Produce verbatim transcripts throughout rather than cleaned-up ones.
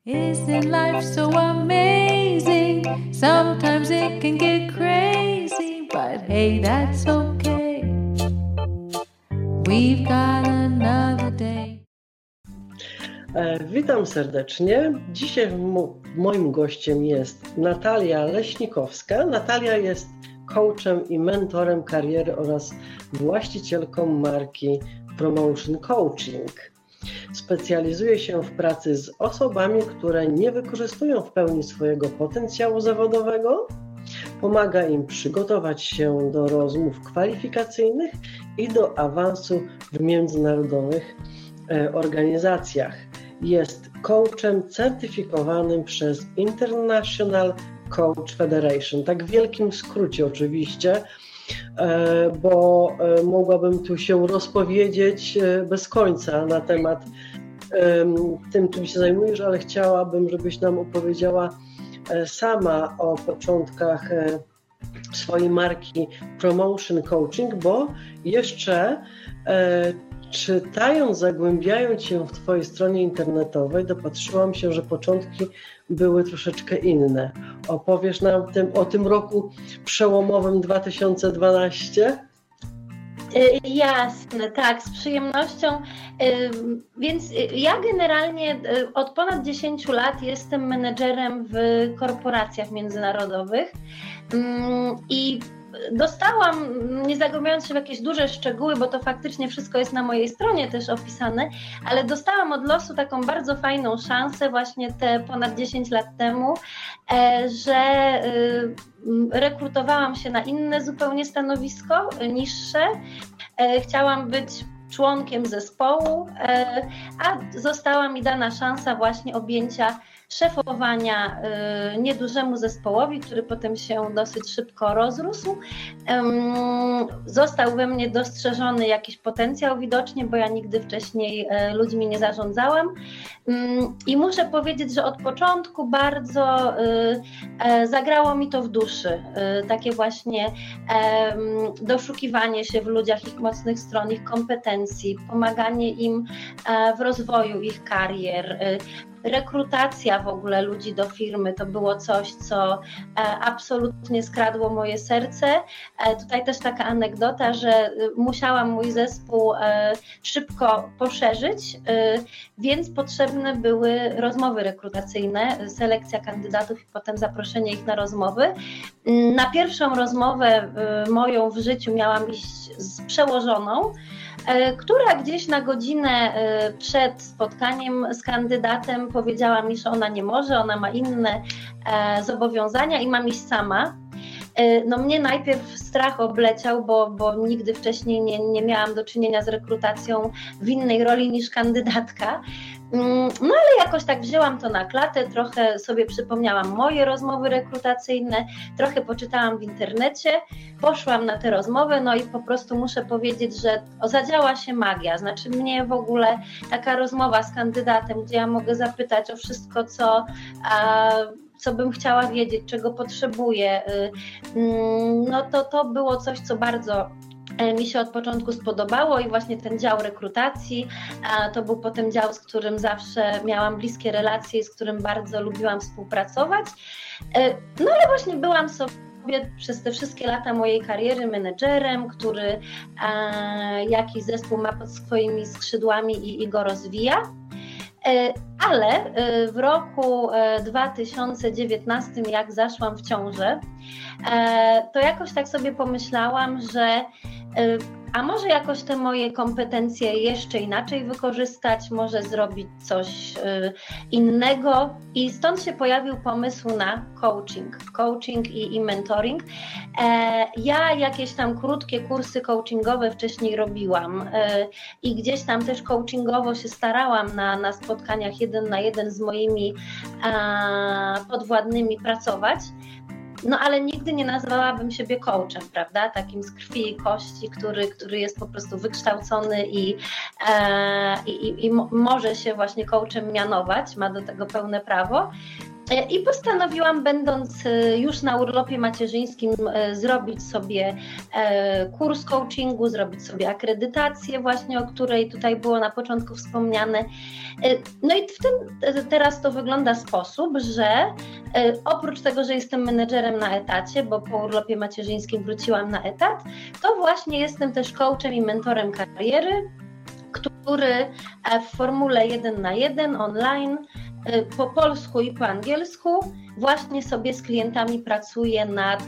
Isn't life so amazing? Sometimes it can get crazy, but hey, that's okay. We've got another day. Witam serdecznie. Dzisiaj moim gościem jest Natalia Leśnikowska. Natalia jest coachem i mentorem kariery oraz właścicielką marki Promotion Coaching. Specjalizuje się w pracy z osobami, które nie wykorzystują w pełni swojego potencjału zawodowego. Pomaga im przygotować się do rozmów kwalifikacyjnych i do awansu w międzynarodowych organizacjach. Jest coachem certyfikowanym przez International Coach Federation. Tak w wielkim skrócie oczywiście, bo mogłabym tu się rozpowiedzieć bez końca na temat tym, czym się zajmujesz, ale chciałabym, żebyś nam opowiedziała sama o początkach swojej marki Promotion Coaching, bo jeszcze czytając, zagłębiając się w Twojej stronie internetowej, dopatrzyłam się, że początki były troszeczkę inne. Opowiesz nam tym, o tym roku przełomowym dwa tysiące dwunastym? Jasne, tak, z przyjemnością. Więc ja generalnie od ponad dziesięciu lat jestem menedżerem w korporacjach międzynarodowych i dostałam, nie zagłębiając się w jakieś duże szczegóły, bo to faktycznie wszystko jest na mojej stronie też opisane, ale dostałam od losu taką bardzo fajną szansę właśnie te ponad dziesięć lat temu, że rekrutowałam się na inne zupełnie stanowisko, niższe. Chciałam być członkiem zespołu, a została mi dana szansa właśnie objęcia szefowania y, niedużemu zespołowi, który potem się dosyć szybko rozrósł. Um, został we mnie dostrzeżony jakiś potencjał widocznie, bo ja nigdy wcześniej y, ludźmi nie zarządzałam. Um, I muszę powiedzieć, że od początku bardzo y, y, zagrało mi to w duszy. Y, takie właśnie y, doszukiwanie się w ludziach ich mocnych stron, ich kompetencji, pomaganie im y, w rozwoju ich karier, y, rekrutacja w ogóle ludzi do firmy to było coś, co e, absolutnie skradło moje serce. E, tutaj też taka anegdota, że e, musiałam mój zespół e, szybko poszerzyć, e, więc potrzebne były rozmowy rekrutacyjne, selekcja kandydatów i potem zaproszenie ich na rozmowy. Na pierwszą rozmowę e, moją w życiu miałam iść z przełożoną, która gdzieś na godzinę przed spotkaniem z kandydatem powiedziała mi, że ona nie może, ona ma inne zobowiązania i mam iść sama. No mnie najpierw strach obleciał, bo, bo nigdy wcześniej nie, nie miałam do czynienia z rekrutacją w innej roli niż kandydatka. No ale jakoś tak wzięłam to na klatę, trochę sobie przypomniałam moje rozmowy rekrutacyjne, trochę poczytałam w internecie, poszłam na tę rozmowę, no i po prostu muszę powiedzieć, że zadziała się magia, znaczy mnie w ogóle taka rozmowa z kandydatem, gdzie ja mogę zapytać o wszystko, co... A, co bym chciała wiedzieć, czego potrzebuję, no to to było coś, co bardzo mi się od początku spodobało i właśnie ten dział rekrutacji, to był potem dział, z którym zawsze miałam bliskie relacje i z którym bardzo lubiłam współpracować. No ale właśnie byłam sobie przez te wszystkie lata mojej kariery menedżerem, który jakiś zespół ma pod swoimi skrzydłami i, i go rozwija. Ale w roku dwa tysiące dziewiętnastym, jak zaszłam w ciążę, to jakoś tak sobie pomyślałam, że a może jakoś te moje kompetencje jeszcze inaczej wykorzystać, może zrobić coś innego i stąd się pojawił pomysł na coaching, coaching i, i mentoring. Ja jakieś tam krótkie kursy coachingowe wcześniej robiłam i gdzieś tam też coachingowo się starałam na, na spotkaniach jeden na jeden z moimi podwładnymi pracować. No ale nigdy nie nazwałabym siebie coachem, prawda? Takim z krwi i kości, który, który jest po prostu wykształcony i, e, i, i może się właśnie coachem mianować, ma do tego pełne prawo. I postanowiłam, będąc już na urlopie macierzyńskim, zrobić sobie kurs coachingu, zrobić sobie akredytację właśnie, o której tutaj było na początku wspomniane. No i w tym teraz to wygląda w sposób, że oprócz tego, że jestem menedżerem na etacie, bo po urlopie macierzyńskim wróciłam na etat, to właśnie jestem też coachem i mentorem kariery, który w formule jeden na jeden online po polsku i po angielsku właśnie sobie z klientami pracuję nad,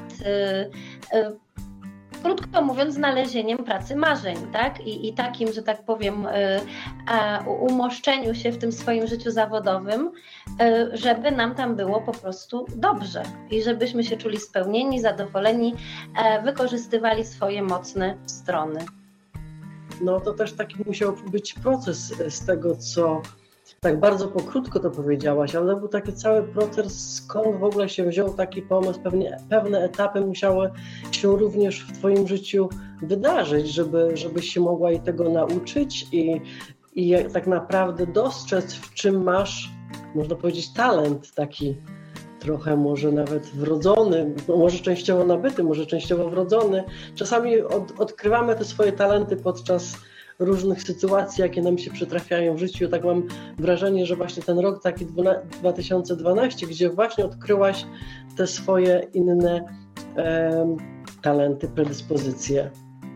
krótko mówiąc, znalezieniem pracy marzeń, tak? I, i takim, że tak powiem, umoszczeniu się w tym swoim życiu zawodowym, żeby nam tam było po prostu dobrze i żebyśmy się czuli spełnieni, zadowoleni, wykorzystywali swoje mocne strony. No to też taki musiał być proces z tego, co tak bardzo pokrótko to powiedziałaś, ale był taki cały proces, skąd w ogóle się wziął taki pomysł, pewnie, pewne etapy musiały się również w Twoim życiu wydarzyć, żeby, żebyś się mogła i tego nauczyć i, i tak naprawdę dostrzec, w czym masz, można powiedzieć, talent taki trochę może nawet wrodzony, może częściowo nabyty, może częściowo wrodzony. Czasami od, odkrywamy te swoje talenty podczas różnych sytuacji, jakie nam się przytrafiają w życiu. Tak mam wrażenie, że właśnie ten rok taki dwa tysiące dwunasty, gdzie właśnie odkryłaś te swoje inne e, talenty, predyspozycje.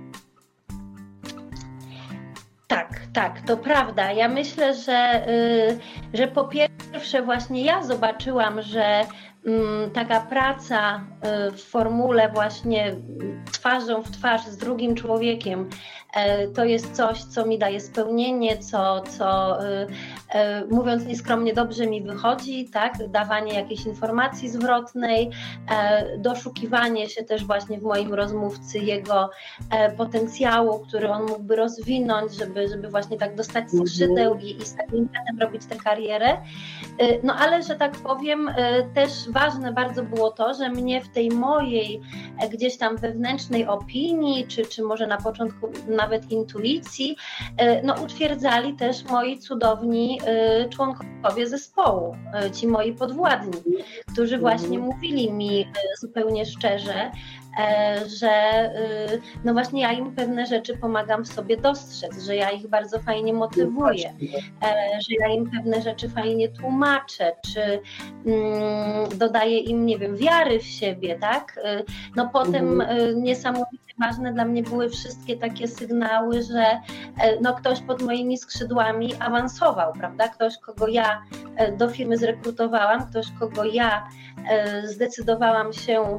Tak, tak, to prawda. Ja myślę, że, yy, że po pierwsze właśnie ja zobaczyłam, że yy, taka praca yy, w formule właśnie twarzą w twarz z drugim człowiekiem to jest coś, co mi daje spełnienie, co, co mówiąc nieskromnie, dobrze mi wychodzi, tak? Dawanie jakiejś informacji zwrotnej, doszukiwanie się też właśnie w moim rozmówcy jego potencjału, który on mógłby rozwinąć, żeby, żeby właśnie tak dostać skrzydeł i, i z takim impetem robić tę karierę. No ale, że tak powiem, też ważne bardzo było to, że mnie w tej mojej gdzieś tam wewnętrznej opinii, czy, czy może na początku nawet intuicji, no utwierdzali też moi cudowni członkowie zespołu, ci moi podwładni, którzy właśnie mówili mi zupełnie szczerze, że no właśnie ja im pewne rzeczy pomagam w sobie dostrzec, że ja ich bardzo fajnie motywuję, że ja im pewne rzeczy fajnie tłumaczę, czy mm, dodaję im, nie wiem, wiary w siebie, tak? No potem mhm. niesamowicie ważne dla mnie były wszystkie takie sygnały, że no ktoś pod moimi skrzydłami awansował, prawda? Ktoś, kogo ja do firmy zrekrutowałam, ktoś, kogo ja zdecydowałam się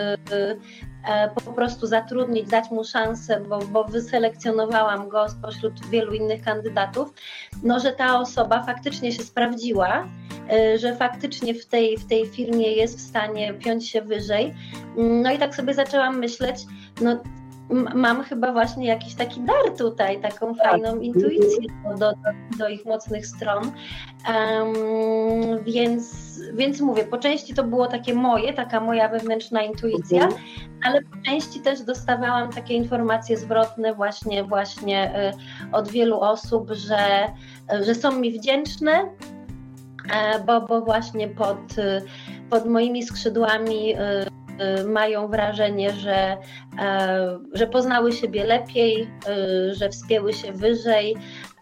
po prostu zatrudnić, dać mu szansę, bo, bo wyselekcjonowałam go spośród wielu innych kandydatów, no że ta osoba faktycznie się sprawdziła, że faktycznie w tej, w tej firmie jest w stanie piąć się wyżej. No i tak sobie zaczęłam myśleć, no mam chyba właśnie jakiś taki dar tutaj, taką fajną intuicję do, do, do ich mocnych stron, um, więc, więc mówię, po części to było takie moje, taka moja wewnętrzna intuicja, mhm. ale po części też dostawałam takie informacje zwrotne właśnie, właśnie od wielu osób, że, że są mi wdzięczne, bo, bo właśnie pod, pod moimi skrzydłami mają wrażenie, że, że poznały siebie lepiej, że wspięły się wyżej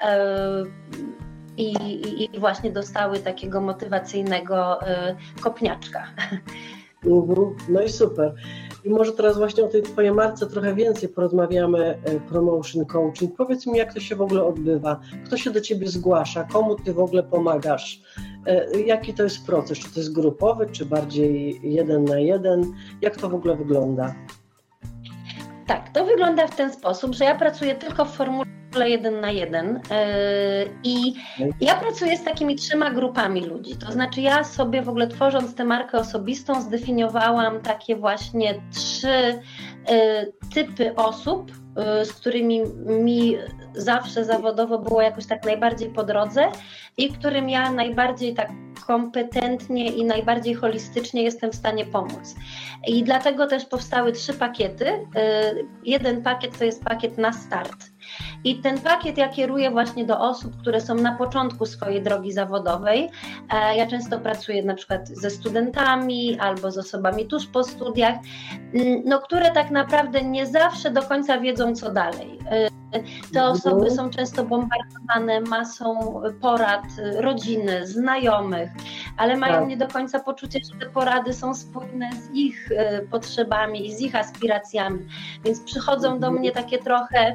i, i, i właśnie dostały takiego motywacyjnego kopniaczka. No i super. I może teraz właśnie o tej Twojej marce trochę więcej porozmawiamy, Promotion Coaching. Powiedz mi, jak to się w ogóle odbywa? Kto się do Ciebie zgłasza? Komu Ty w ogóle pomagasz? Jaki to jest proces? Czy to jest grupowy, czy bardziej jeden na jeden? Jak to w ogóle wygląda? Tak, to wygląda w ten sposób, że ja pracuję tylko w formule jeden na jeden i ja pracuję z takimi trzema grupami ludzi, to znaczy ja sobie w ogóle tworząc tę markę osobistą zdefiniowałam takie właśnie trzy typy osób, z którymi mi zawsze zawodowo było jakoś tak najbardziej po drodze i którym ja najbardziej tak kompetentnie i najbardziej holistycznie jestem w stanie pomóc. I dlatego też powstały trzy pakiety. Jeden pakiet to jest pakiet na start. I ten pakiet ja kieruję właśnie do osób, które są na początku swojej drogi zawodowej. Ja często pracuję na przykład ze studentami albo z osobami tuż po studiach, no, które tak naprawdę nie zawsze do końca wiedzą, co dalej. Te osoby są często bombardowane masą porad rodziny, znajomych, ale mają nie do końca poczucie, że te porady są spójne z ich potrzebami i z ich aspiracjami. Więc przychodzą do mnie takie trochę,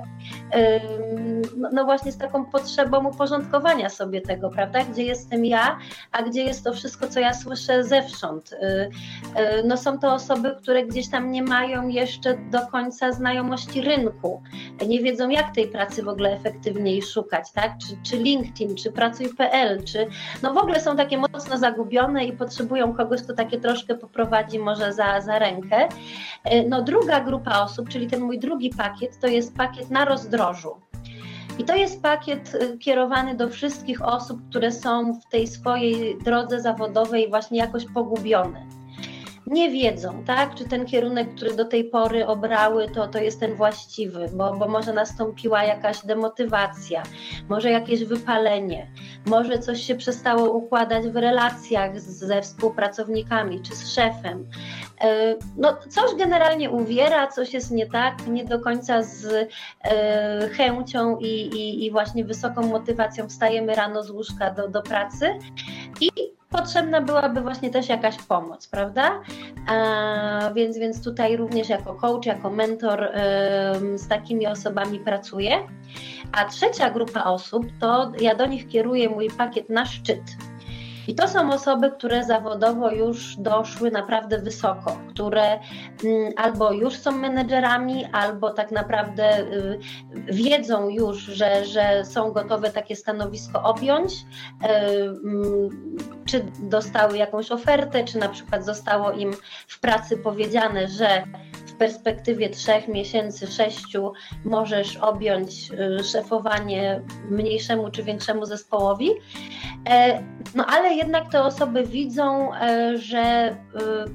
no właśnie z taką potrzebą uporządkowania sobie tego, prawda? Gdzie jestem ja, a gdzie jest to wszystko, co ja słyszę zewsząd. No są to osoby, które gdzieś tam nie mają jeszcze do końca znajomości rynku, nie wiedzą, jak tej pracy w ogóle efektywniej szukać, tak? Czy, czy LinkedIn, czy pracuj kropka p l, czy no w ogóle są takie mocno zagubione i potrzebują kogoś, kto takie troszkę poprowadzi może za, za rękę. No druga grupa osób, czyli ten mój drugi pakiet, to jest pakiet na rozdrożu. I to jest pakiet kierowany do wszystkich osób, które są w tej swojej drodze zawodowej właśnie jakoś pogubione. Nie wiedzą, tak, czy ten kierunek, który do tej pory obrały, to, to jest ten właściwy, bo, bo może nastąpiła jakaś demotywacja, może jakieś wypalenie, może coś się przestało układać w relacjach ze współpracownikami czy z szefem. No, coś generalnie uwiera, coś jest nie tak, nie do końca z e, chęcią i, i, i właśnie wysoką motywacją wstajemy rano z łóżka do, do pracy i potrzebna byłaby właśnie też jakaś pomoc, prawda? A, więc, więc tutaj również jako coach, jako mentor y, z takimi osobami pracuję. A trzecia grupa osób, to ja do nich kieruję mój pakiet na szczyt. I to są osoby, które zawodowo już doszły naprawdę wysoko, które mm, albo już są menedżerami, albo tak naprawdę y, wiedzą już, że, że są gotowe takie stanowisko objąć, y, y, czy dostały jakąś ofertę, czy na przykład zostało im w pracy powiedziane, że w perspektywie trzech miesięcy, sześciu możesz objąć y, szefowanie mniejszemu czy większemu zespołowi. E, no ale jednak te osoby widzą, e, że y,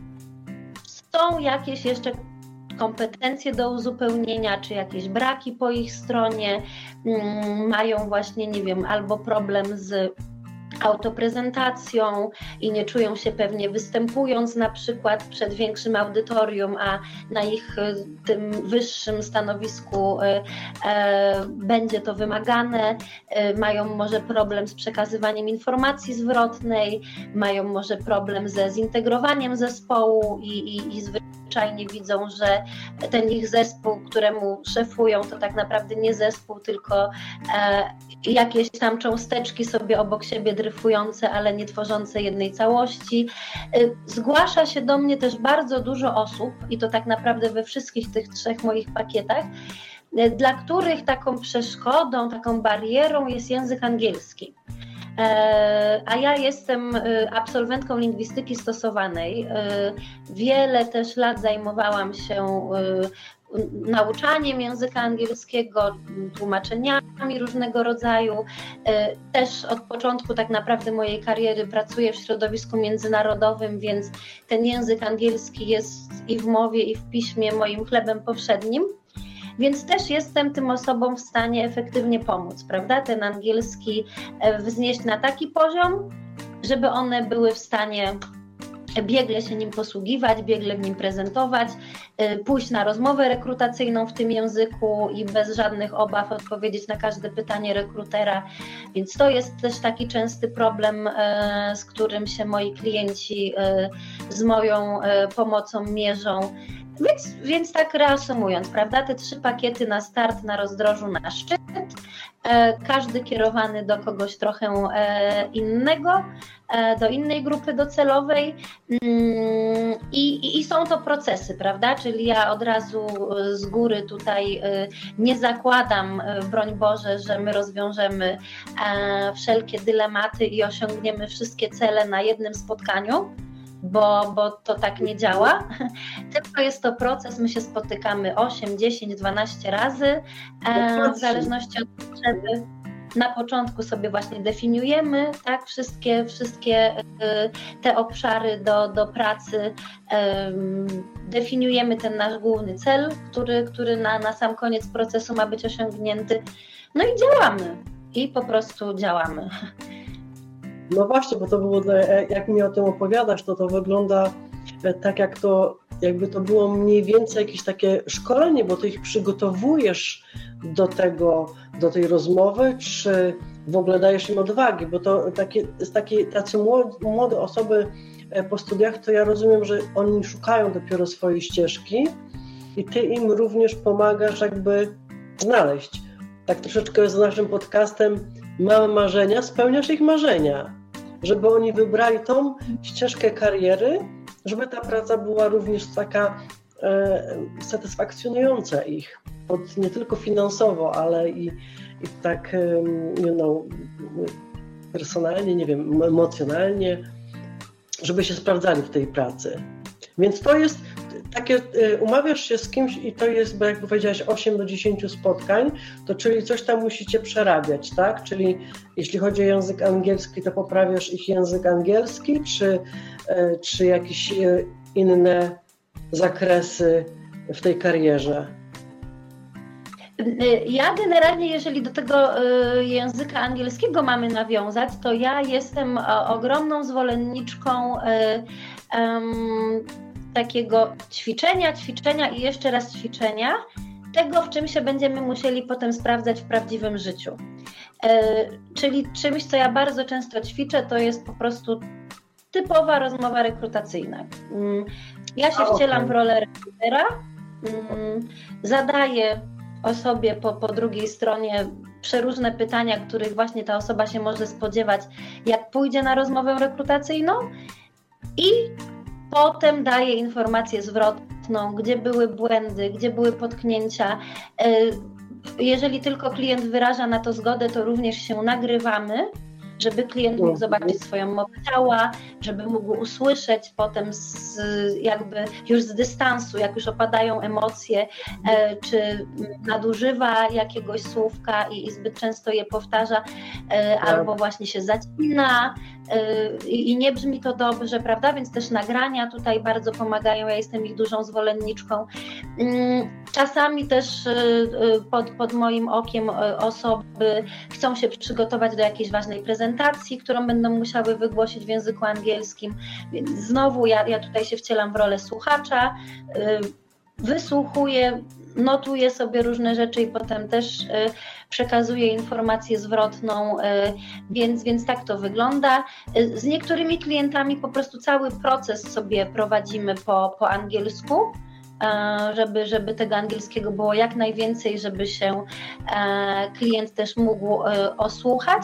są jakieś jeszcze kompetencje do uzupełnienia, czy jakieś braki po ich stronie, y, mają właśnie, nie wiem, albo problem z autoprezentacją i nie czują się pewnie występując na przykład przed większym audytorium, a na ich tym wyższym stanowisku e, e, będzie to wymagane, e, mają może problem z przekazywaniem informacji zwrotnej, mają może problem ze zintegrowaniem zespołu i, i, i zwyczajnie widzą, że ten ich zespół, któremu szefują, to tak naprawdę nie zespół, tylko e, jakieś tam cząsteczki sobie obok siebie dryfujące, ale nie tworzące jednej całości. Zgłasza się do mnie też bardzo dużo osób i to tak naprawdę we wszystkich tych trzech moich pakietach, dla których taką przeszkodą, taką barierą jest język angielski. A ja jestem absolwentką lingwistyki stosowanej. Wiele też lat zajmowałam się nauczaniem języka angielskiego, tłumaczeniami różnego rodzaju. Też od początku tak naprawdę mojej kariery pracuję w środowisku międzynarodowym, więc ten język angielski jest i w mowie, i w piśmie moim chlebem powszednim. Więc też jestem tym osobom w stanie efektywnie pomóc, prawda? Ten angielski wznieść na taki poziom, żeby one były w stanie biegle się nim posługiwać, biegle w nim prezentować, pójść na rozmowę rekrutacyjną w tym języku i bez żadnych obaw odpowiedzieć na każde pytanie rekrutera. Więc to jest też taki częsty problem, z którym się moi klienci z moją pomocą mierzą. Więc, więc tak reasumując, prawda, te trzy pakiety na start, na rozdrożu, na szczyt, e, każdy kierowany do kogoś trochę e, innego, e, do innej grupy docelowej mm, i, i są to procesy, prawda, czyli ja od razu z góry tutaj e, nie zakładam, e, broń Boże, że my rozwiążemy e, wszelkie dylematy i osiągniemy wszystkie cele na jednym spotkaniu. Bo, bo to tak nie działa, tylko jest to proces, my się spotykamy osiem, dziesięć, dwanaście razy, e, w zależności od potrzeby. na początku sobie właśnie definiujemy, tak, wszystkie, wszystkie te obszary do, do pracy, definiujemy ten nasz główny cel, który, który na, na sam koniec procesu ma być osiągnięty, no i działamy. I po prostu działamy. No właśnie, bo to było, jak mi o tym opowiadasz, to to wygląda tak, jak to, jakby to było mniej więcej jakieś takie szkolenie, bo ty ich przygotowujesz do tego, do tej rozmowy, czy w ogóle dajesz im odwagi, bo to takie, takie tacy młode, młode osoby po studiach, to ja rozumiem, że oni szukają dopiero swojej ścieżki i ty im również pomagasz jakby znaleźć. Tak troszeczkę z naszym podcastem Mamy marzenia, spełniasz ich marzenia, żeby oni wybrali tą ścieżkę kariery, żeby ta praca była również taka e, satysfakcjonująca ich, pod, nie tylko finansowo, ale i, i tak you know, personalnie, nie wiem, emocjonalnie, żeby się sprawdzali w tej pracy. Więc to jest takie, umawiasz się z kimś i to jest, bo jak powiedziałaś, osiem do dziesięciu spotkań, to czyli coś tam musicie przerabiać, tak? Czyli jeśli chodzi o język angielski, to poprawiasz ich język angielski, czy, czy jakieś inne zakresy w tej karierze? Ja generalnie, jeżeli do tego języka angielskiego mamy nawiązać, to ja jestem ogromną zwolenniczką um, takiego ćwiczenia, ćwiczenia i jeszcze raz ćwiczenia, tego, w czym się będziemy musieli potem sprawdzać w prawdziwym życiu. E, czyli czymś, co ja bardzo często ćwiczę, to jest po prostu typowa rozmowa rekrutacyjna. Ja się wcielam w rolę rekrutera, zadaję osobie po, po drugiej stronie przeróżne pytania, których właśnie ta osoba się może spodziewać, jak pójdzie na rozmowę rekrutacyjną, i potem daję informację zwrotną, gdzie były błędy, gdzie były potknięcia. Jeżeli tylko klient wyraża na to zgodę, to również się nagrywamy, żeby klient mógł zobaczyć swoją mowę ciała, żeby mógł usłyszeć potem z, jakby już z dystansu, jak już opadają emocje, e, czy nadużywa jakiegoś słówka i, i zbyt często je powtarza, e, albo właśnie się zacina e, i nie brzmi to dobrze, prawda? Więc też nagrania tutaj bardzo pomagają, ja jestem ich dużą zwolenniczką. Czasami też e, pod, pod moim okiem osoby chcą się przygotować do jakiejś ważnej prezentacji, którą będą musiały wygłosić w języku angielskim. Więc znowu ja, ja tutaj się wcielam w rolę słuchacza, yy, wysłuchuję, notuję sobie różne rzeczy i potem też yy, przekazuję informację zwrotną, yy, więc, więc tak to wygląda. Yy, z niektórymi klientami po prostu cały proces sobie prowadzimy po, po angielsku, Żeby, żeby tego angielskiego było jak najwięcej, żeby się klient też mógł osłuchać.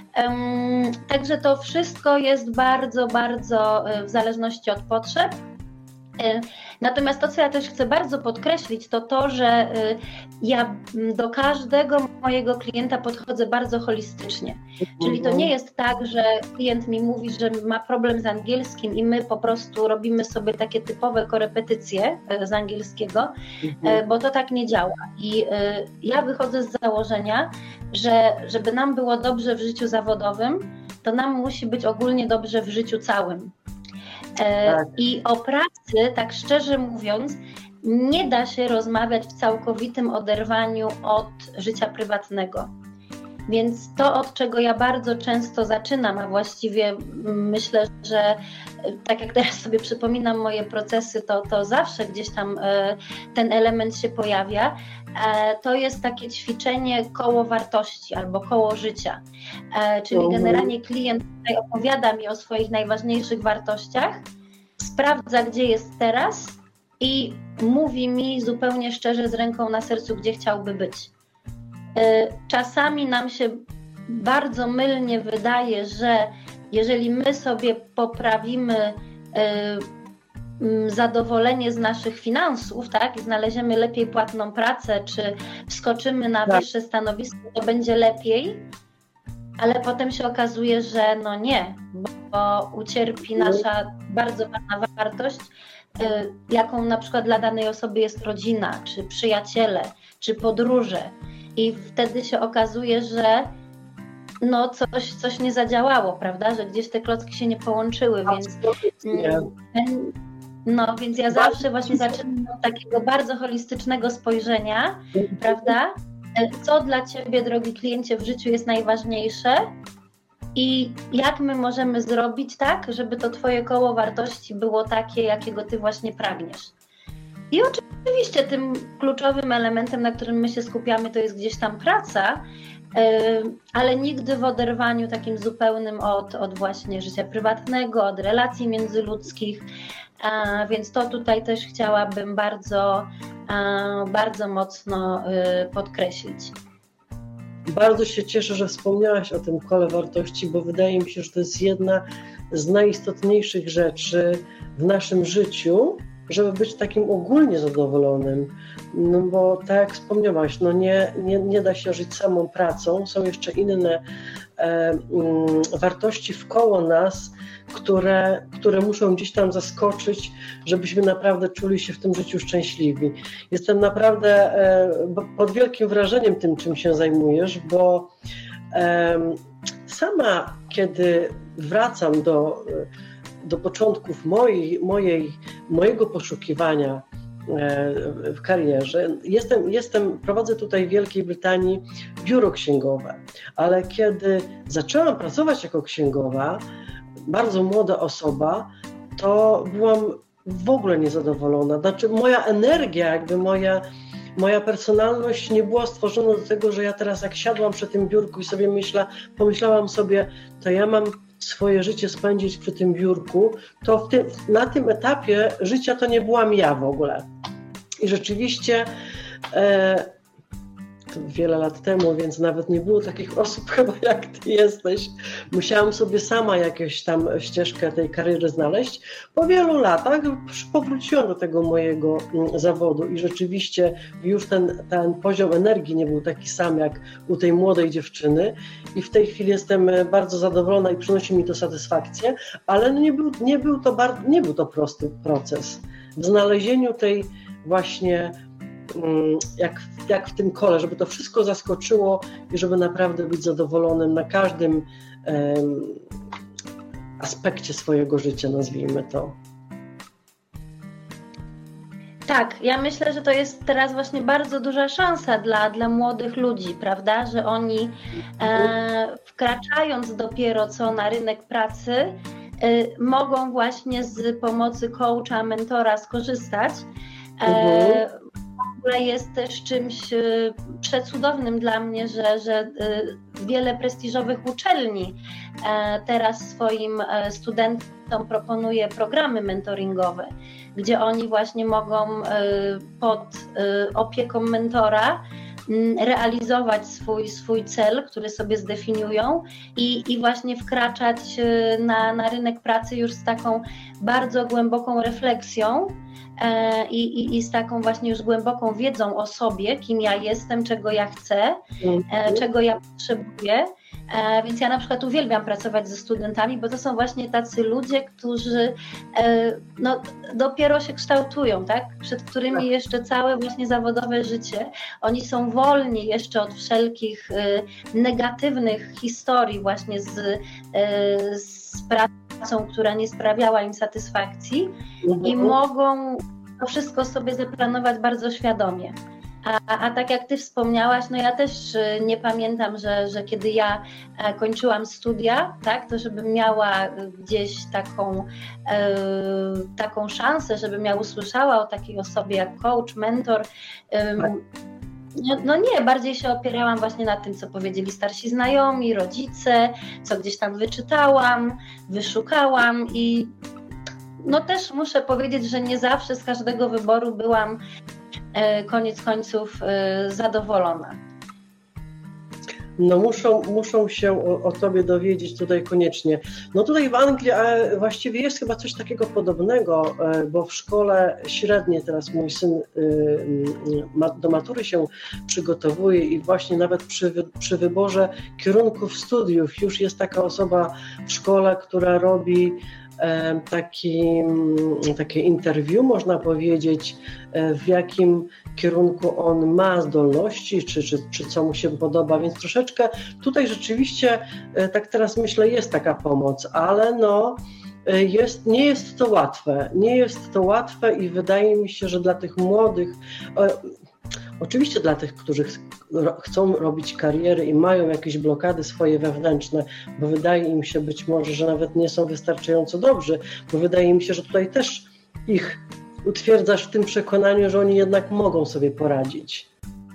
Także to wszystko jest bardzo, bardzo w zależności od potrzeb. Natomiast to, co ja też chcę bardzo podkreślić, to to, że ja do każdego mojego klienta podchodzę bardzo holistycznie. Czyli to nie jest tak, że klient mi mówi, że ma problem z angielskim i my po prostu robimy sobie takie typowe korepetycje z angielskiego, bo to tak nie działa. I ja wychodzę z założenia, że żeby nam było dobrze w życiu zawodowym, to nam musi być ogólnie dobrze w życiu całym. Tak. I o pracy, tak szczerze mówiąc, nie da się rozmawiać w całkowitym oderwaniu od życia prywatnego. Więc to, od czego ja bardzo często zaczynam, a właściwie myślę, że tak jak teraz sobie przypominam moje procesy, to, to zawsze gdzieś tam ten element się pojawia, to jest takie ćwiczenie koło wartości albo koło życia. Czyli generalnie klient tutaj opowiada mi o swoich najważniejszych wartościach, sprawdza, gdzie jest teraz i mówi mi zupełnie szczerze, z ręką na sercu, gdzie chciałby być. Czasami nam się bardzo mylnie wydaje, że jeżeli my sobie poprawimy zadowolenie z naszych finansów, tak, i znaleziemy lepiej płatną pracę, czy wskoczymy na wyższe stanowisko, to będzie lepiej, ale potem się okazuje, że no nie, bo ucierpi nasza bardzo ważna wartość, jaką na przykład dla danej osoby jest rodzina, czy przyjaciele, czy podróże. I wtedy się okazuje, że no coś, coś nie zadziałało, prawda, że gdzieś te klocki się nie połączyły, więc nie. no więc ja zawsze właśnie zaczynam od takiego bardzo holistycznego spojrzenia, prawda, co dla Ciebie, drogi kliencie, w życiu jest najważniejsze i jak my możemy zrobić tak, żeby to Twoje koło wartości było takie, jakiego Ty właśnie pragniesz. I oczywiście tym kluczowym elementem, na którym my się skupiamy, to jest gdzieś tam praca, ale nigdy w oderwaniu takim zupełnym od, od właśnie życia prywatnego, od relacji międzyludzkich, więc to tutaj też chciałabym bardzo, bardzo mocno podkreślić. Bardzo się cieszę, że wspomniałaś o tym kole wartości, bo wydaje mi się, że to jest jedna z najistotniejszych rzeczy w naszym życiu, żeby być takim ogólnie zadowolonym, no bo tak jak wspomniałaś, no nie, nie, nie da się żyć samą pracą, są jeszcze inne e, mm, wartości wkoło nas, które, które muszą gdzieś tam zaskoczyć, żebyśmy naprawdę czuli się w tym życiu szczęśliwi. Jestem naprawdę e, pod wielkim wrażeniem tym, czym się zajmujesz, bo e, sama kiedy wracam do do początków mojej, mojej, mojego poszukiwania w karierze. Jestem, jestem, prowadzę tutaj w Wielkiej Brytanii biuro księgowe, ale kiedy zaczęłam pracować jako księgowa, bardzo młoda osoba, to byłam w ogóle niezadowolona. Znaczy moja energia, jakby moja, moja personalność nie była stworzona do tego, że ja teraz jak siadłam przy tym biurku i sobie myśla, pomyślałam sobie, to ja mam swoje życie spędzić przy tym biurku, to w tym, na tym etapie życia to nie byłam ja w ogóle. I rzeczywiście e, to wiele lat temu, więc nawet nie było takich osób chyba jak ty jesteś. Musiałam sobie sama jakąś tam ścieżkę tej kariery znaleźć. Po wielu latach powróciłam do tego mojego zawodu i rzeczywiście już ten, ten poziom energii nie był taki sam jak u tej młodej dziewczyny i w tej chwili jestem bardzo zadowolona i przynosi mi to satysfakcję, ale nie był, nie był, to, bardzo, nie był to prosty proces. W znalezieniu tej właśnie Jak, jak w tym kole, żeby to wszystko zaskoczyło i żeby naprawdę być zadowolonym na każdym um, aspekcie swojego życia, nazwijmy to. Tak, ja myślę, że to jest teraz właśnie bardzo duża szansa dla, dla młodych ludzi, prawda, że oni e, wkraczając dopiero co na rynek pracy, e, mogą właśnie z pomocy coacha, mentora skorzystać. E, mhm. W ogóle jest też czymś przecudownym dla mnie, że, że wiele prestiżowych uczelni teraz swoim studentom proponuje programy mentoringowe, gdzie oni właśnie mogą pod opieką mentora realizować swój, swój cel, który sobie zdefiniują i, i właśnie wkraczać na, na rynek pracy już z taką bardzo głęboką refleksją i, i, i z taką właśnie już głęboką wiedzą o sobie, kim ja jestem, czego ja chcę, mm. czego ja potrzebuję. Więc ja na przykład uwielbiam pracować ze studentami, bo to są właśnie tacy ludzie, którzy no, dopiero się kształtują, tak? Przed którymi jeszcze całe właśnie zawodowe życie. Oni są wolni jeszcze od wszelkich negatywnych historii właśnie z, z pracą, która nie sprawiała im satysfakcji mhm. i mogą to wszystko sobie zaplanować bardzo świadomie. A, a tak jak ty wspomniałaś, no ja też nie pamiętam, że, że kiedy ja kończyłam studia, tak, to żebym miała gdzieś taką, e, taką szansę, żebym ja usłyszała o takiej osobie jak coach, mentor. E, no, no nie, bardziej się opierałam właśnie na tym, co powiedzieli starsi znajomi, rodzice, co gdzieś tam wyczytałam, wyszukałam i no też muszę powiedzieć, że nie zawsze z każdego wyboru byłam koniec końców zadowolona. No muszą, muszą się o, o tobie dowiedzieć tutaj koniecznie. No tutaj w Anglii właściwie jest chyba coś takiego podobnego, bo w szkole średniej teraz mój syn do matury się przygotowuje i właśnie nawet przy, przy wyborze kierunków studiów już jest taka osoba w szkole, która robi taki, takie interview, można powiedzieć, w jakim kierunku on ma zdolności, czy, czy, czy co mu się podoba, więc troszeczkę tutaj rzeczywiście, tak teraz myślę, jest taka pomoc, ale no jest, nie jest to łatwe, nie jest to łatwe i wydaje mi się, że dla tych młodych, oczywiście dla tych, którzy chcą robić kariery i mają jakieś blokady swoje wewnętrzne, bo wydaje im się być może, że nawet nie są wystarczająco dobrzy, bo wydaje mi się, że tutaj też ich utwierdzasz w tym przekonaniu, że oni jednak mogą sobie poradzić.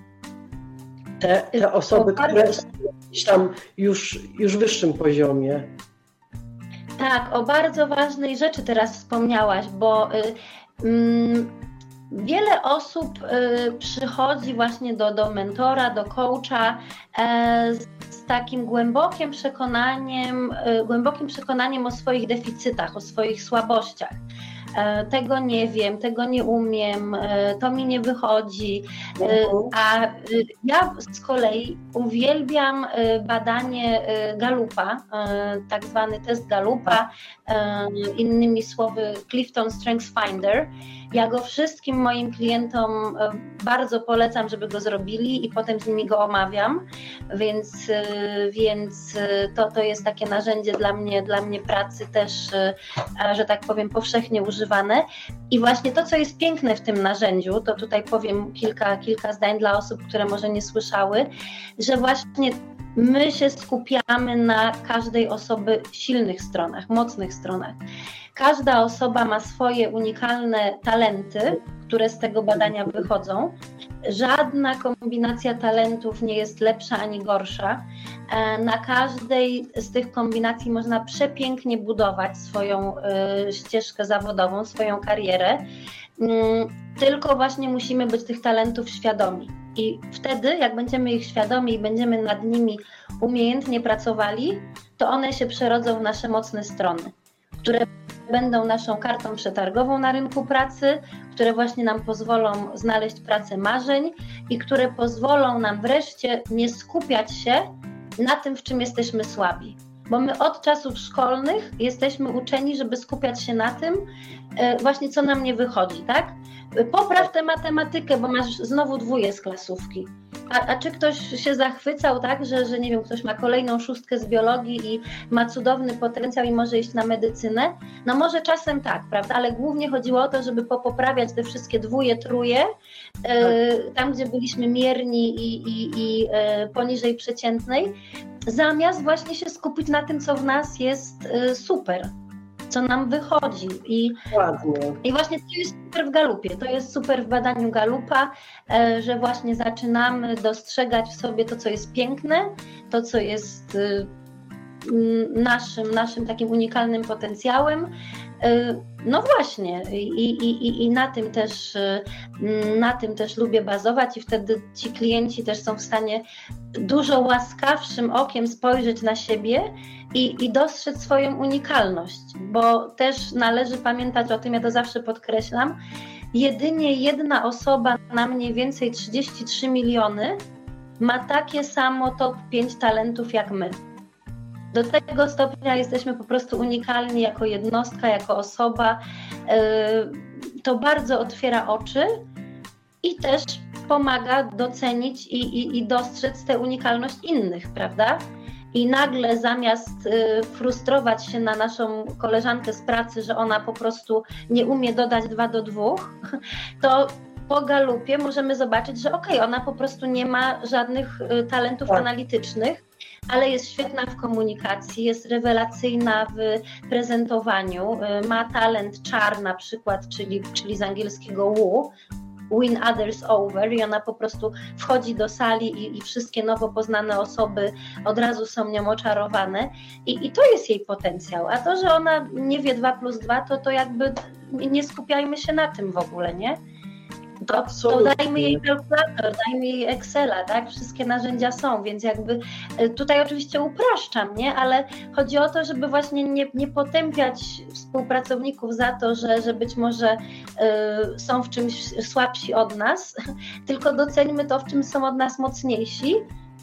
Te, te osoby, które są gdzieś tam już, już wyższym poziomie. Tak, o bardzo ważnej rzeczy teraz wspomniałaś, bo y, y, wiele osób y, przychodzi właśnie do, do mentora, do coacha y, z takim głębokim przekonaniem, y, głębokim przekonaniem o swoich deficytach, o swoich słabościach. Tego nie wiem, tego nie umiem, to mi nie wychodzi, a ja z kolei uwielbiam badanie Gallupa, tak zwany test Gallupa, innymi słowy Clifton Strengths Finder. Ja go wszystkim moim klientom bardzo polecam, żeby go zrobili i potem z nimi go omawiam, więc, więc to, to jest takie narzędzie dla mnie, dla mnie pracy też, że tak powiem, powszechnie używane. I właśnie to, co jest piękne w tym narzędziu, to tutaj powiem kilka, kilka zdań dla osób, które może nie słyszały, że właśnie my się skupiamy na każdej osoby silnych stronach, mocnych stronach. Każda osoba ma swoje unikalne talenty, które z tego badania wychodzą. Żadna kombinacja talentów nie jest lepsza ani gorsza. Na każdej z tych kombinacji można przepięknie budować swoją ścieżkę zawodową, swoją karierę. Tylko właśnie musimy być tych talentów świadomi. I wtedy, jak będziemy ich świadomi i będziemy nad nimi umiejętnie pracowali, to one się przerodzą w nasze mocne strony, które będą naszą kartą przetargową na rynku pracy, które właśnie nam pozwolą znaleźć pracę marzeń i które pozwolą nam wreszcie nie skupiać się na tym, w czym jesteśmy słabi. Bo my od czasów szkolnych jesteśmy uczeni, żeby skupiać się na tym właśnie, co nam nie wychodzi, tak? Popraw tę matematykę, bo masz znowu dwóje z klasówki. A, a czy ktoś się zachwycał, tak, że, że nie wiem, ktoś ma kolejną szóstkę z biologii i ma cudowny potencjał i może iść na medycynę? No może czasem tak, prawda, ale głównie chodziło o to, żeby popoprawiać te wszystkie dwóje, truje, yy, tam gdzie byliśmy mierni i, i, i yy, poniżej przeciętnej, zamiast właśnie się skupić na tym, co w nas jest yy, super, co nam wychodzi. I, I właśnie to jest super w Gallupie, to jest super w badaniu Gallupa, e, że właśnie zaczynamy dostrzegać w sobie to, co jest piękne, to, co jest y, naszym, naszym takim unikalnym potencjałem. Y, no właśnie, i, i, i na tym też, y, na tym też lubię bazować i wtedy ci klienci też są w stanie dużo łaskawszym okiem spojrzeć na siebie i, i dostrzec swoją unikalność, bo też należy pamiętać o tym, ja to zawsze podkreślam, jedynie jedna osoba na mniej więcej trzydzieści trzy miliony ma takie samo top pięć talentów jak my. Do tego stopnia jesteśmy po prostu unikalni jako jednostka, jako osoba. To bardzo otwiera oczy i też pomaga docenić i, i, i dostrzec tę unikalność innych, prawda? I nagle zamiast y, frustrować się na naszą koleżankę z pracy, że ona po prostu nie umie dodać dwa do dwóch, to po Gallupie możemy zobaczyć, że okej, okay, ona po prostu nie ma żadnych y, talentów tak. analitycznych, ale jest świetna w komunikacji, jest rewelacyjna w prezentowaniu, y, ma talent czar na przykład, czyli, czyli z angielskiego woo, win others over, i ona po prostu wchodzi do sali i, i wszystkie nowo poznane osoby od razu są nią oczarowane i, i to jest jej potencjał, a to, że ona nie wie dwa plus dwa, to, to jakby nie skupiajmy się na tym w ogóle, nie? To, to dajmy jej kalkulator, dajmy jej Excela, tak? Wszystkie narzędzia są, więc jakby tutaj oczywiście upraszczam, nie? Ale chodzi o to, żeby właśnie nie, nie potępiać współpracowników za to, że, że być może y, są w czymś słabsi od nas, tylko doceńmy to, w czym są od nas mocniejsi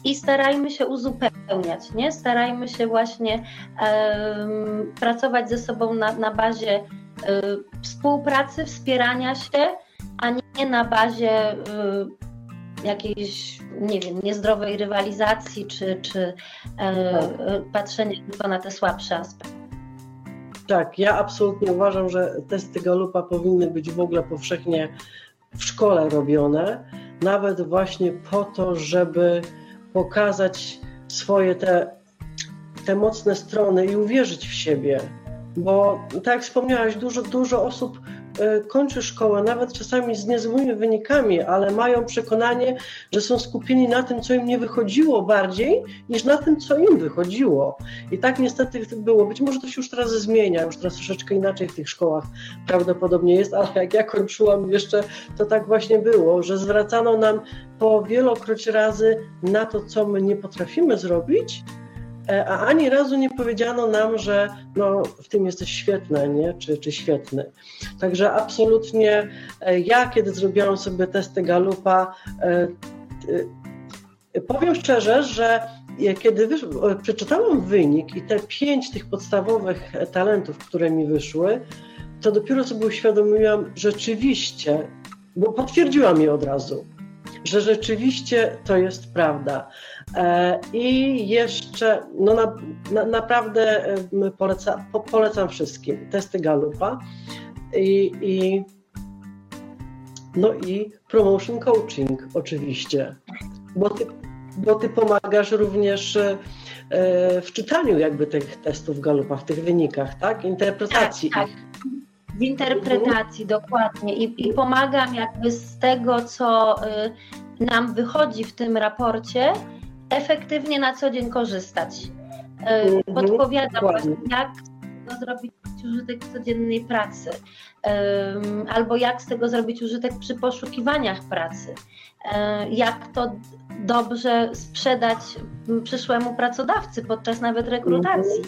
i starajmy się uzupełniać, nie? Starajmy się właśnie um, pracować ze sobą na, na bazie um, współpracy, wspierania się, a nie na bazie um, jakiejś, nie wiem, niezdrowej rywalizacji, czy, czy um, patrzenia tylko na te słabsze aspekty. Tak, ja absolutnie uważam, że testy Gallupa powinny być w ogóle powszechnie w szkole robione, nawet właśnie po to, żeby pokazać swoje te, te mocne strony i uwierzyć w siebie. Bo tak jak wspomniałaś, dużo, dużo osób y, kończy szkołę, nawet czasami z niezłymi wynikami, ale mają przekonanie, że są skupieni na tym, co im nie wychodziło bardziej, niż na tym, co im wychodziło. I tak niestety było. Być może to się już teraz zmienia, już teraz troszeczkę inaczej w tych szkołach prawdopodobnie jest, ale jak ja kończyłam jeszcze, to tak właśnie było, że zwracano nam po wielokroć razy na to, co my nie potrafimy zrobić, a ani razu nie powiedziano nam, że no, w tym jesteś świetna, nie? Czy, czy świetny. Także absolutnie ja, kiedy zrobiłam sobie testy Gallupa, powiem szczerze, że kiedy wysz... przeczytałam wynik i te pięć tych podstawowych talentów, które mi wyszły, to dopiero sobie uświadomiłam, że rzeczywiście, bo potwierdziłam je od razu, że rzeczywiście to jest prawda. I jeszcze, no na, na, naprawdę poleca, po, polecam wszystkim testy Gallupa i, i, no i promotion coaching oczywiście, bo ty, bo ty pomagasz również w czytaniu jakby tych testów Gallupa, w tych wynikach, tak? Interpretacji. Tak, tak. W interpretacji, mhm. dokładnie. I, I pomagam jakby z tego, co y, nam wychodzi w tym raporcie, efektywnie na co dzień korzystać. Y, mhm. Podpowiadam właśnie, jak z tego zrobić użytek w codziennej pracy, y, albo jak z tego zrobić użytek przy poszukiwaniach pracy, y, jak to dobrze sprzedać przyszłemu pracodawcy podczas nawet rekrutacji.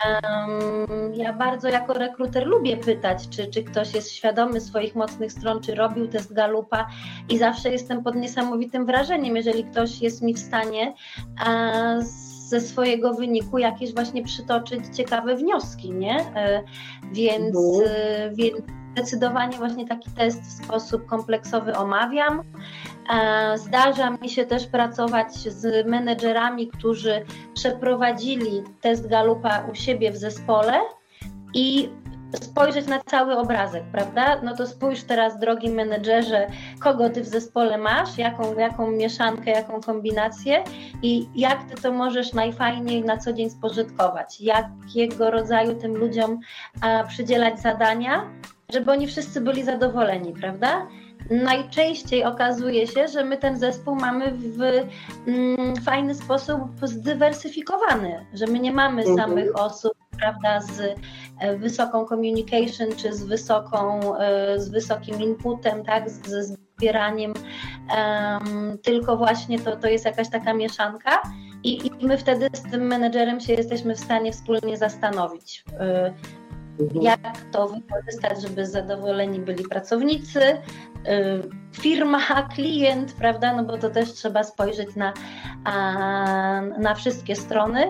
Um, ja bardzo jako rekruter lubię pytać, czy, czy ktoś jest świadomy swoich mocnych stron, czy robił test Gallupa i zawsze jestem pod niesamowitym wrażeniem, jeżeli ktoś jest mi w stanie a, ze swojego wyniku jakieś właśnie przytoczyć ciekawe wnioski, nie? E, więc, mhm. e, więc zdecydowanie właśnie taki test w sposób kompleksowy omawiam. Zdarza mi się też pracować z menedżerami, którzy przeprowadzili test Gallupa u siebie w zespole i spojrzeć na cały obrazek, prawda? No to spójrz teraz, drogi menedżerze, kogo ty w zespole masz, jaką, jaką mieszankę, jaką kombinację i jak ty to możesz najfajniej na co dzień spożytkować, jakiego rodzaju tym ludziom a, przydzielać zadania, żeby oni wszyscy byli zadowoleni, prawda? Najczęściej okazuje się, że my ten zespół mamy w mm, fajny sposób zdywersyfikowany, że my nie mamy mhm. samych osób, prawda, z e, wysoką communication, czy z wysoką, e, z wysokim inputem, tak, z, ze zbieraniem, e, tylko właśnie to, to jest jakaś taka mieszanka i, i my wtedy z tym menedżerem się jesteśmy w stanie wspólnie zastanowić, e, jak to wykorzystać, żeby zadowoleni byli pracownicy, firma, klient, prawda, no bo to też trzeba spojrzeć na, na wszystkie strony.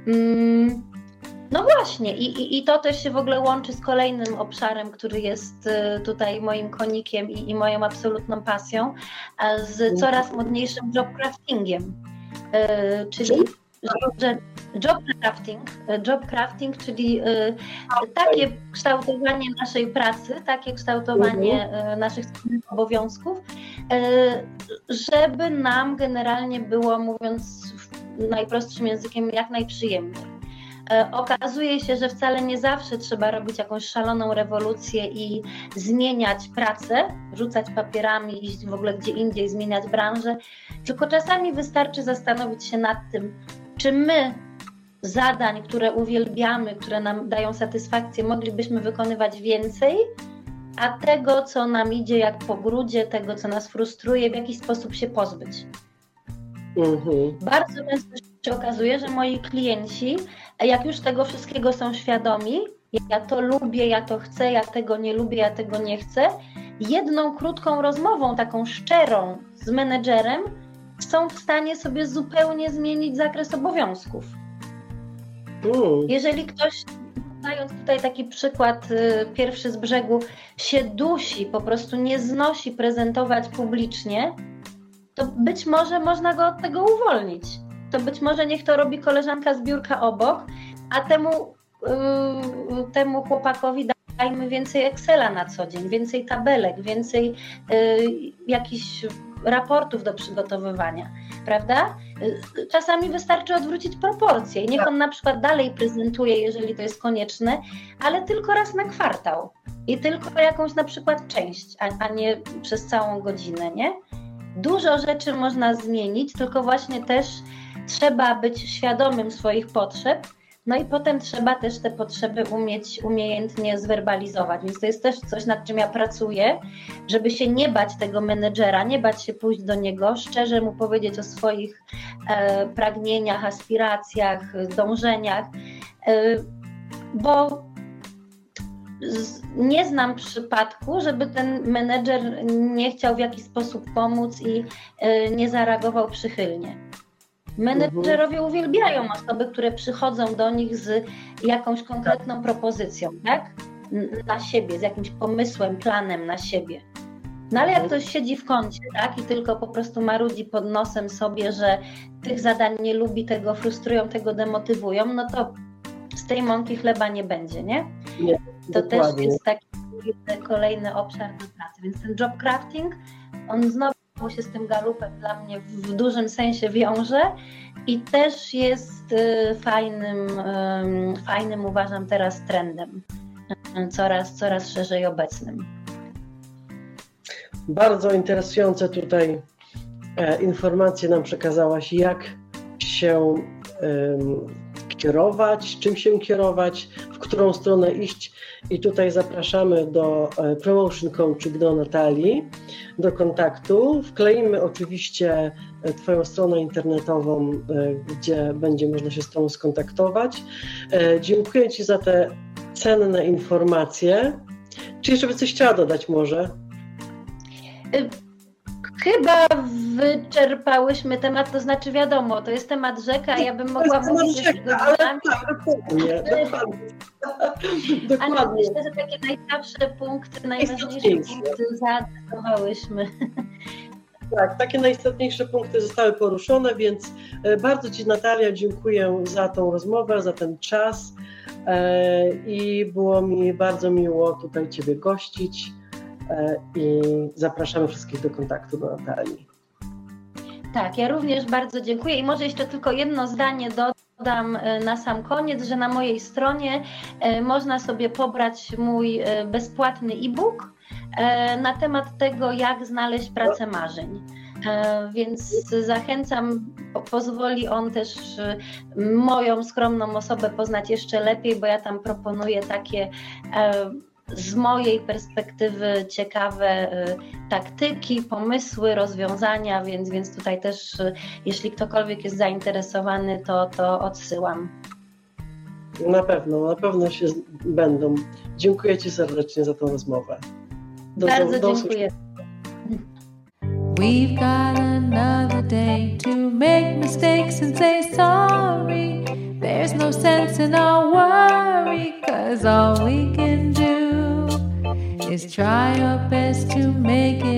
No właśnie i, i, i to też się w ogóle łączy z kolejnym obszarem, który jest tutaj moim konikiem i, i moją absolutną pasją, z coraz modniejszym job craftingiem, czyli że job crafting, job crafting, czyli y, takie kształtowanie naszej pracy, takie kształtowanie y, naszych obowiązków, y, żeby nam generalnie było, mówiąc najprostszym językiem, jak najprzyjemniej. Y, okazuje się, że wcale nie zawsze trzeba robić jakąś szaloną rewolucję i zmieniać pracę, rzucać papierami, iść w ogóle gdzie indziej, zmieniać branżę, tylko czasami wystarczy zastanowić się nad tym, czy my zadań, które uwielbiamy, które nam dają satysfakcję, moglibyśmy wykonywać więcej, a tego, co nam idzie jak po grudzie, tego, co nas frustruje, w jakiś sposób się pozbyć. Mhm. Bardzo często się okazuje, że moi klienci, jak już tego wszystkiego są świadomi, ja to lubię, ja to chcę, ja tego nie lubię, ja tego nie chcę, jedną krótką rozmową, taką szczerą z menedżerem, są w stanie sobie zupełnie zmienić zakres obowiązków. Mm. Jeżeli ktoś, dając tutaj taki przykład y, pierwszy z brzegu, się dusi, po prostu nie znosi prezentować publicznie, to być może można go od tego uwolnić. To być może niech to robi koleżanka z biurka obok, a temu, y, temu chłopakowi dajmy więcej Excela na co dzień, więcej tabelek, więcej y, jakichś raportów do przygotowywania, prawda? Czasami wystarczy odwrócić proporcje i niech on na przykład dalej prezentuje, jeżeli to jest konieczne, ale tylko raz na kwartał i tylko jakąś na przykład część, a, a nie przez całą godzinę, nie? Dużo rzeczy można zmienić, tylko właśnie też trzeba być świadomym swoich potrzeb, no i potem trzeba też te potrzeby umieć umiejętnie zwerbalizować, więc to jest też coś, nad czym ja pracuję, żeby się nie bać tego menedżera, nie bać się pójść do niego, szczerze mu powiedzieć o swoich e, pragnieniach, aspiracjach, dążeniach, e, bo z, nie znam przypadku, żeby ten menedżer nie chciał w jakiś sposób pomóc i e, nie zareagował przychylnie. Menedżerowie uwielbiają osoby, które przychodzą do nich z jakąś konkretną propozycją, tak? Na siebie, z jakimś pomysłem, planem na siebie. No ale jak ktoś siedzi w kącie, tak? I tylko po prostu marudzi pod nosem sobie, że tych zadań nie lubi, tego frustrują, tego demotywują, no to z tej mąki chleba nie będzie, nie? Nie, to dokładnie. też jest taki kolejny obszar do pracy. Więc ten job crafting, on znowu się z tym galupem dla mnie w dużym sensie wiąże i też jest y, fajnym, y, fajnym uważam teraz trendem, y, coraz, coraz szerzej obecnym. Bardzo interesujące tutaj e, informacje nam przekazałaś, jak się e, kierować, czym się kierować, w którą stronę iść. I tutaj zapraszamy do e, Promotion Coaching, do Natalii, do kontaktu. Wkleimy oczywiście Twoją stronę internetową, e, gdzie będzie można się z Tobą skontaktować. E, dziękuję Ci za te cenne informacje. Czy jeszcze by coś chciała dodać może? Chyba wyczerpałyśmy temat, to znaczy wiadomo, to jest temat rzeka, ja bym mogła mówić jeszcze godzinami. Dokładnie, dokładnie. dokładnie. Ale myślę, że takie najsłabsze punkty, najważniejsze punkty zaadresowałyśmy. Tak, takie najistotniejsze punkty zostały poruszone, więc bardzo Ci, Natalia, dziękuję za tą rozmowę, za ten czas i było mi bardzo miło tutaj Ciebie gościć. I zapraszamy wszystkich do kontaktu do Natalii. Tak, ja również bardzo dziękuję i może jeszcze tylko jedno zdanie dodam na sam koniec, że na mojej stronie można sobie pobrać mój bezpłatny e-book na temat tego, jak znaleźć pracę marzeń. Więc zachęcam, pozwoli on też moją skromną osobę poznać jeszcze lepiej, bo ja tam proponuję takie z mojej perspektywy ciekawe y, taktyki, pomysły, rozwiązania, więc, więc tutaj też y, jeśli ktokolwiek jest zainteresowany, to, to odsyłam. Na pewno, na pewno się z... będą. Dziękuję Ci serdecznie za tą rozmowę. Do, Bardzo do, dziękuję. We've got another day to make mistakes and say sorry. There's no sense in our worry, 'cause all we can do is try our best to make it